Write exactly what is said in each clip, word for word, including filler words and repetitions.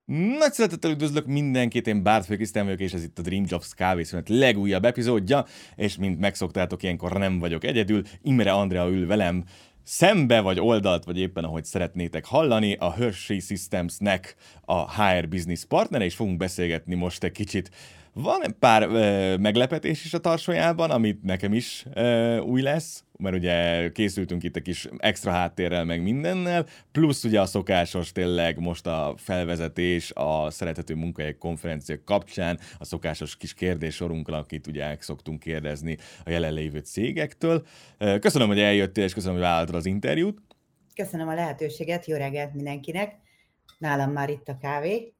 Nagy szeretettel üdvözlök mindenkit, én Bártfő Krisztián vagyok, és ez itt a Dream Jobs kávészünet legújabb epizódja, és mint megszoktátok, ilyenkor nem vagyok egyedül, Imre Andrea ül velem szembe, vagy oldalt, vagy éppen ahogy szeretnétek hallani, a Hershey Systemsnek a há er Business partnere, és fogunk beszélgetni most egy kicsit. Van egy pár ö, meglepetés is a tarsójában, amit nekem is ö, új lesz, mert ugye készültünk itt egy kis extra háttérrel, meg mindennel, plusz ugye a szokásos tényleg most a felvezetés, a Szerethető Munkahelyek konferencia kapcsán, a szokásos kis kérdéssorunkkal, akit ugye el szoktunk kérdezni a jelenlévő cégektől. Köszönöm, hogy eljöttél, és köszönöm, hogy vállaltad az interjút. Köszönöm a lehetőséget, jó reggelt mindenkinek. Nálam már itt a kávé.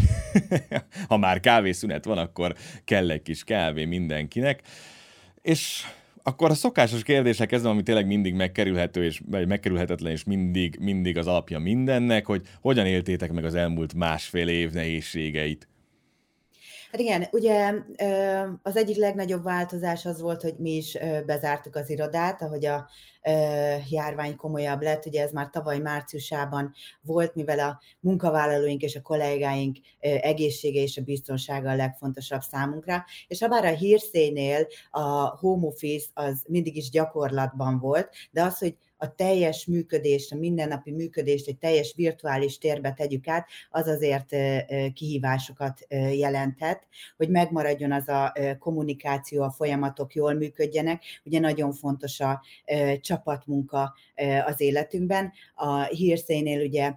Ha már kávészünet van, akkor kell egy kis kávé mindenkinek. És akkor a szokásos kérdések kezdem, ami tényleg mindig megkerülhető, és vagy megkerülhetetlen, és mindig, mindig az alapja mindennek, hogy hogyan éltétek meg az elmúlt másfél év nehézségeit. Hát igen, ugye az egyik legnagyobb változás az volt, hogy mi is bezártuk az irodát, ahogy a járvány komolyabb lett. Ugye ez már tavaly márciusában volt, mivel a munkavállalóink és a kollégáink egészsége és a biztonsága a legfontosabb számunkra. És habár a hírszénél a home office az mindig is gyakorlatban volt, de az, hogy a teljes működést, a mindennapi működést egy teljes virtuális térbe tegyük át, az azért kihívásokat jelenthet, hogy megmaradjon az a kommunikáció, a folyamatok jól működjenek. Ugye nagyon fontos a csapatmunka az életünkben. A hírszénél ugye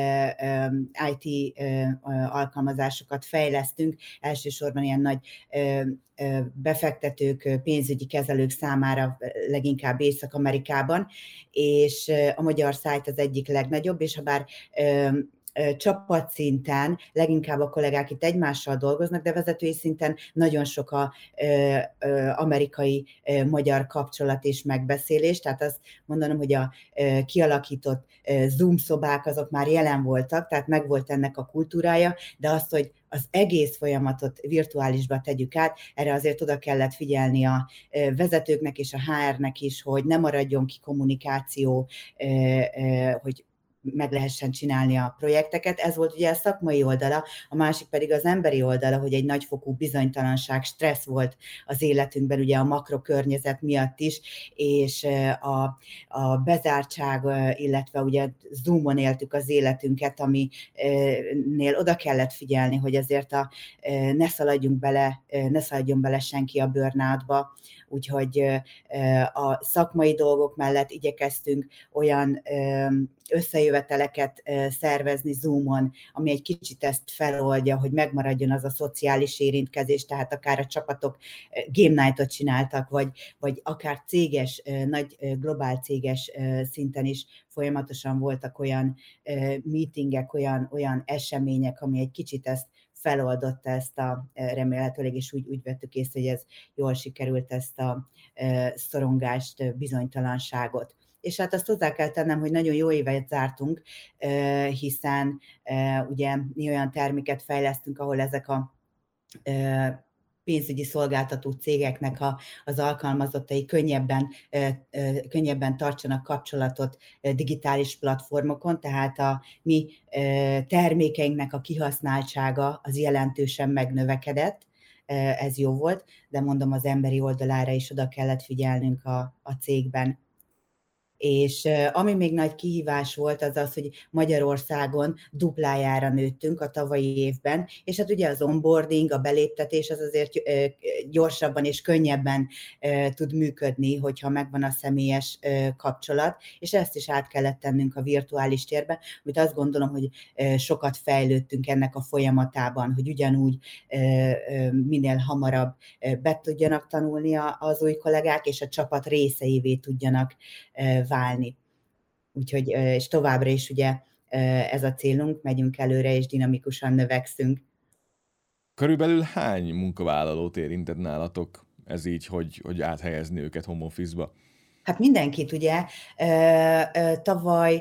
i té alkalmazásokat fejlesztünk, elsősorban ilyen nagy befektetők, pénzügyi kezelők számára, leginkább Észak-Amerikában, és a magyar szájt az egyik legnagyobb, és ha bár csapatszinten leginkább a kollégák itt egymással dolgoznak, de vezetői szinten nagyon sok a ö, ö, amerikai ö, magyar kapcsolat és megbeszélés, tehát azt mondanom, hogy a ö, kialakított ö, Zoom szobák azok már jelen voltak, tehát megvolt ennek a kultúrája, de azt, hogy az egész folyamatot virtuálisba tegyük át, erre azért oda kellett figyelni a vezetőknek és a há er-nek is, hogy ne maradjon ki kommunikáció, hogy meg lehessen csinálni a projekteket. Ez volt ugye a szakmai oldala, a másik pedig az emberi oldala, hogy egy nagyfokú bizonytalanság, stressz volt az életünkben, ugye a makrokörnyezet miatt is, és a, a bezártság, illetve ugye Zoomon éltük az életünket, aminél oda kellett figyelni, hogy azért a, ne szaladjunk bele, ne szaladjon bele senki a burnoutba, úgyhogy a szakmai dolgok mellett igyekeztünk olyan összejöveteleket szervezni Zoomon, ami egy kicsit ezt feloldja, hogy megmaradjon az a szociális érintkezés, tehát akár a csapatok game night-ot csináltak, vagy, vagy akár céges, nagy globál céges szinten is folyamatosan voltak olyan meetingek, olyan, olyan események, ami egy kicsit ezt feloldotta ezt a remélhetőleg, és úgy, úgy vettük észre, hogy ez jól sikerült ezt a szorongást, bizonytalanságot. És hát azt hozzá kell tennem, hogy nagyon jó évet zártunk, hiszen ugye mi olyan terméket fejlesztünk, ahol ezek a pénzügyi szolgáltató cégeknek a, az alkalmazottai könnyebben, könnyebben tartsanak kapcsolatot digitális platformokon, tehát a mi termékeinknek a kihasználtsága az jelentősen megnövekedett, ez jó volt, de mondom, az emberi oldalára is oda kellett figyelnünk a, a cégben. És ami még nagy kihívás volt, az az, hogy Magyarországon duplájára nőttünk a tavalyi évben, és hát ugye az onboarding, a beléptetés az azért gyorsabban és könnyebben tud működni, hogyha megvan a személyes kapcsolat, és ezt is át kellett tennünk a virtuális térbe, amit azt gondolom, hogy sokat fejlődtünk ennek a folyamatában, hogy ugyanúgy minél hamarabb be tudjanak tanulni az új kollégák, és a csapat részeivé tudjanak válni. Úgyhogy, és továbbra is ugye ez a célunk, megyünk előre, és dinamikusan növekszünk. Körülbelül hány munkavállalót érintett nálatok ez így, hogy, hogy áthelyezni őket home office-ba? Hát mindenkit ugye. Tavaly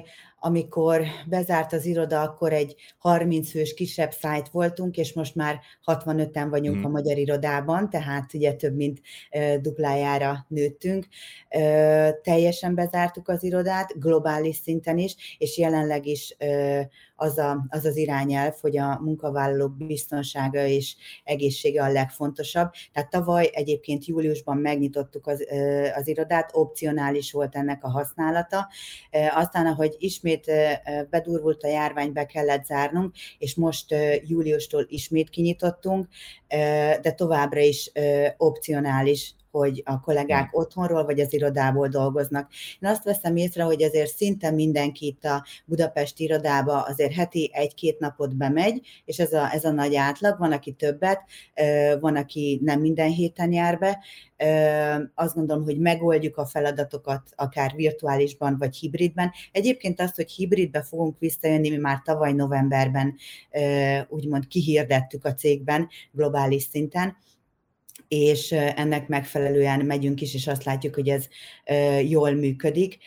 amikor bezárt az iroda, akkor egy harminc fős kisebb szájt voltunk, és most már hatvanöten vagyunk Mhm. a magyar irodában, tehát ugye több mint duplájára nőttünk. Teljesen bezártuk az irodát, globális szinten is, és jelenleg is az, a, az az irányelv, hogy a munkavállalók biztonsága és egészsége a legfontosabb. Tehát tavaly egyébként júliusban megnyitottuk az, az irodát, opcionális volt ennek a használata. Aztán, ahogy ismét bedurvult a járvány, be kellett zárnunk, és most júliustól ismét kinyitottunk, de továbbra is opcionális, hogy a kollégák hmm. otthonról vagy az irodából dolgoznak. Én azt veszem észre, hogy azért szinte mindenki itt a Budapesti irodába azért heti egy-két napot bemegy, és ez a, ez a nagy átlag, van, aki többet, van, aki nem minden héten jár be. Azt gondolom, hogy megoldjuk a feladatokat akár virtuálisban vagy hibridben. Egyébként azt, hogy hibridbe fogunk visszajönni, mi már tavaly novemberben úgymond kihirdettük a cégben globális szinten, és ennek megfelelően megyünk is, és azt látjuk, hogy ez jól működik.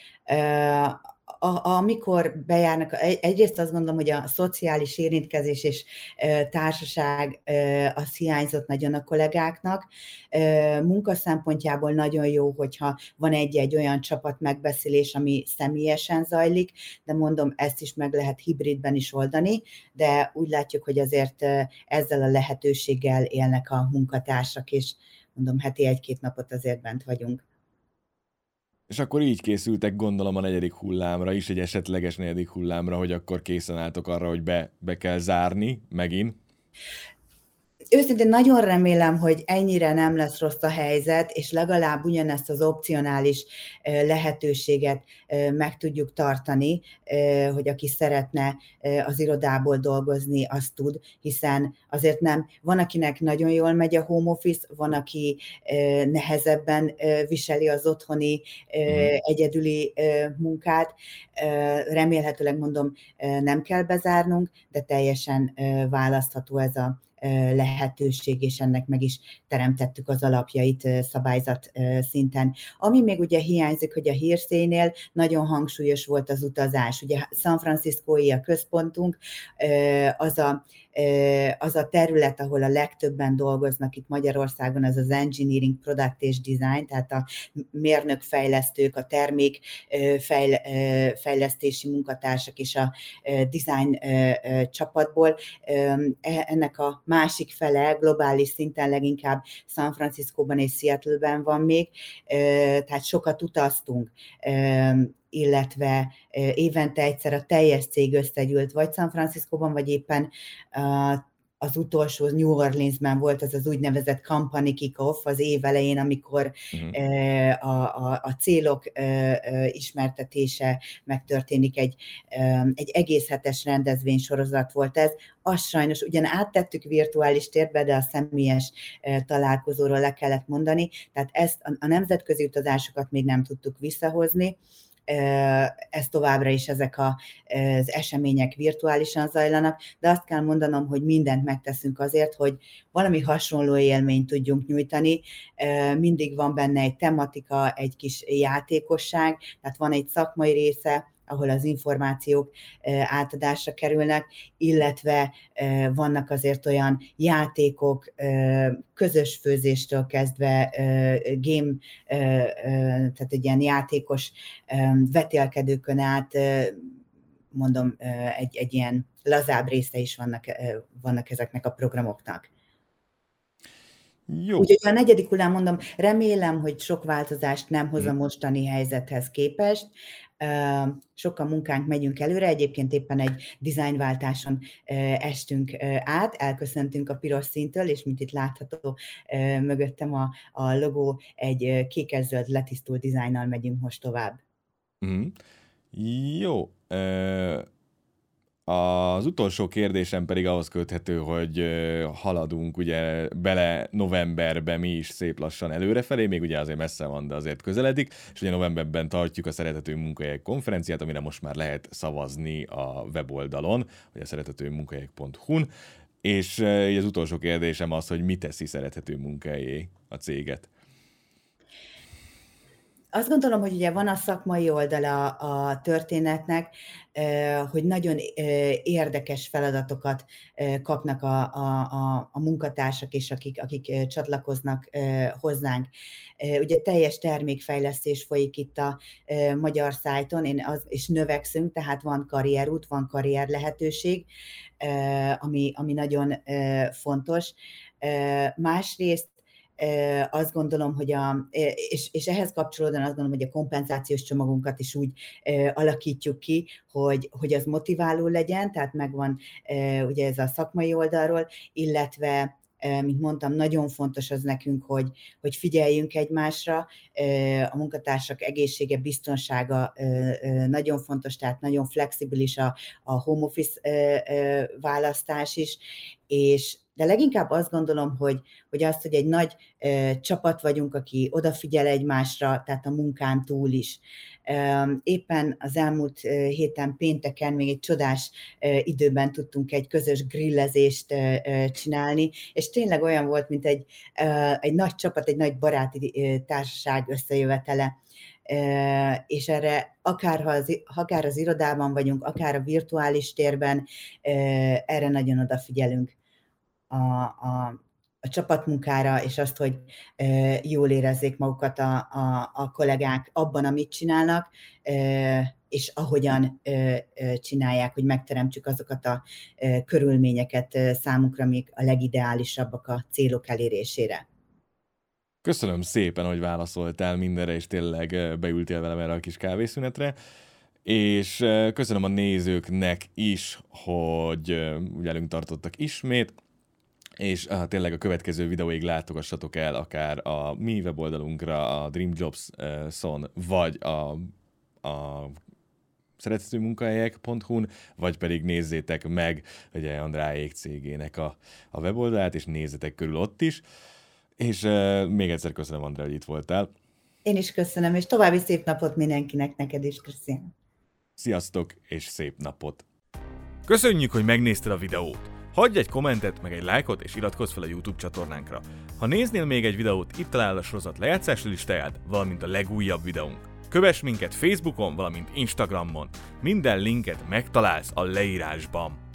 Amikor bejárnak, egyrészt azt gondolom, hogy a szociális érintkezés és társaság az hiányzott nagyon a kollégáknak. Munka szempontjából nagyon jó, hogyha van egy-egy olyan csapat megbeszélés, ami személyesen zajlik, de mondom, ezt is meg lehet hibridben is oldani, de úgy látjuk, hogy azért ezzel a lehetőséggel élnek a munkatársak, és mondom, heti egy-két napot azért bent vagyunk. És akkor így készültek, gondolom, a negyedik hullámra is, egy esetleges negyedik hullámra, hogy akkor készen álltok arra, hogy be, be kell zárni megint. Őszintén nagyon remélem, hogy ennyire nem lesz rossz a helyzet, és legalább ugyanezt az opcionális lehetőséget meg tudjuk tartani, hogy aki szeretne az irodából dolgozni, azt tud, hiszen azért nem, van, akinek nagyon jól megy a home office, van, aki nehezebben viseli az otthoni uh-huh. egyedüli munkát. Remélhetőleg, mondom, nem kell bezárnunk, de teljesen választható ez a lehetőség, és ennek meg is teremtettük az alapjait szabályzat szinten. Ami még ugye hiányzik, hogy a hírszénél nagyon hangsúlyos volt az utazás. Ugye San Franciscói a központunk, az a, az a terület, ahol a legtöbben dolgoznak itt Magyarországon, az az engineering, product és design, tehát a mérnökfejlesztők, a termék fejlesztési munkatársak és a design csapatból. Ennek a másik fele globális szinten leginkább San Franciscóban és Seattle-ben van még, tehát sokat utaztunk, illetve évente egyszer a teljes cég összegyűlt, vagy San Franciscóban, vagy éppen az utolsó New Orleansben volt az az úgynevezett company kick-off az év elején, amikor uh-huh. a, a, a célok ismertetése megtörténik, egy, egy egész hetes rendezvénysorozat volt ez. Azt sajnos ugyan áttettük virtuális térbe, de a személyes találkozóról le kellett mondani, tehát ezt a, a nemzetközi utazásokat még nem tudtuk visszahozni. Ez továbbra is ezek a, az események virtuálisan zajlanak, de azt kell mondanom, hogy mindent megteszünk azért, hogy valami hasonló élményt tudjunk nyújtani. Mindig van benne egy tematika, egy kis játékosság, tehát van egy szakmai része, ahol az információk átadásra kerülnek, illetve vannak azért olyan játékok, közös főzéstől kezdve game, tehát egy ilyen játékos vetélkedőkön át, mondom, egy, egy ilyen lazább része is vannak, vannak ezeknek a programoknak. Jó. Úgyhogy a negyedik hullám, mondom, remélem, hogy sok változást nem hoz a mostani helyzethez képest. Sok a munkánk, megyünk előre, egyébként éppen egy dizájnváltáson estünk át, elköszöntünk a piros színtől, és mint itt látható mögöttem a, a logó, egy kékes-zöld letisztult dizájnnal megyünk most tovább. Mm. Jó. Az utolsó kérdésem pedig ahhoz köthető, hogy haladunk ugye bele novemberbe mi is szép lassan előrefelé, még ugye azért messze van, de azért közeledik, és ugye novemberben tartjuk a Szerethető Munkahelyek konferenciát, amire most már lehet szavazni a weboldalon, vagy a szerethető munkahelyek pont hu-n, és az utolsó kérdésem az, hogy mi teszi Szerethető Munkahelyé a céget? Azt gondolom, hogy ugye van a szakmai oldala a történetnek, hogy nagyon érdekes feladatokat kapnak a, a, a, a munkatársak is, akik, akik csatlakoznak hozzánk. Ugye teljes termékfejlesztés folyik itt a magyar szájton, én az, és növekszünk, tehát van karrierút, van karrier lehetőség, ami, ami nagyon fontos. Másrészt azt gondolom, hogy a, és, és ehhez kapcsolódóan azt gondolom, hogy a kompenzációs csomagunkat is úgy alakítjuk ki, hogy, hogy az motiváló legyen, tehát megvan ugye ez a szakmai oldalról, illetve mint mondtam, nagyon fontos az nekünk, hogy, hogy figyeljünk egymásra, a munkatársak egészsége, biztonsága nagyon fontos, tehát nagyon flexibilis a, a home office választás is, és de leginkább azt gondolom, hogy, hogy azt, hogy egy nagy ö, csapat vagyunk, aki odafigyel egymásra, tehát a munkán túl is. Ö, éppen az elmúlt ö, héten pénteken még egy csodás ö, időben tudtunk egy közös grillezést ö, ö, csinálni, és tényleg olyan volt, mint egy, ö, egy nagy csapat, egy nagy baráti ö, társaság összejövetele. Uh, és erre akár, ha az, akár az irodában vagyunk, akár a virtuális térben, uh, erre nagyon odafigyelünk. A, a, a csapatmunkára, és azt, hogy e, jól érezzék magukat a, a, a kollégák abban, amit csinálnak, e, és ahogyan e, e, csinálják, hogy megteremtsük azokat a e, körülményeket e, számukra, amik a legideálisabbak a célok elérésére. Köszönöm szépen, hogy válaszoltál mindenre, és tényleg beültél velem erre a kis kávészünetre. És köszönöm a nézőknek is, hogy velünk tartottak ismét, és ah, tényleg a következő videóig látogassatok el akár a mi weboldalunkra, a dreamjobs-on, vagy a, a szeretetőmunkahelyek pont hu-n, vagy pedig nézzétek meg ugye Andráék cégének a, a weboldalát, és nézzetek körül ott is. És uh, még egyszer köszönöm, Andrá, hogy itt voltál. Én is köszönöm, és további szép napot mindenkinek, neked is, Krisztián. Sziasztok, és szép napot! Köszönjük, hogy megnézted a videót! Hagyj egy kommentet, meg egy lájkot, és iratkozz fel a YouTube csatornánkra. Ha néznél még egy videót, itt találod a sorozat lejátszási listáját, valamint a legújabb videónk. Kövess minket Facebookon, valamint Instagramon. Minden linket megtalálsz a leírásban.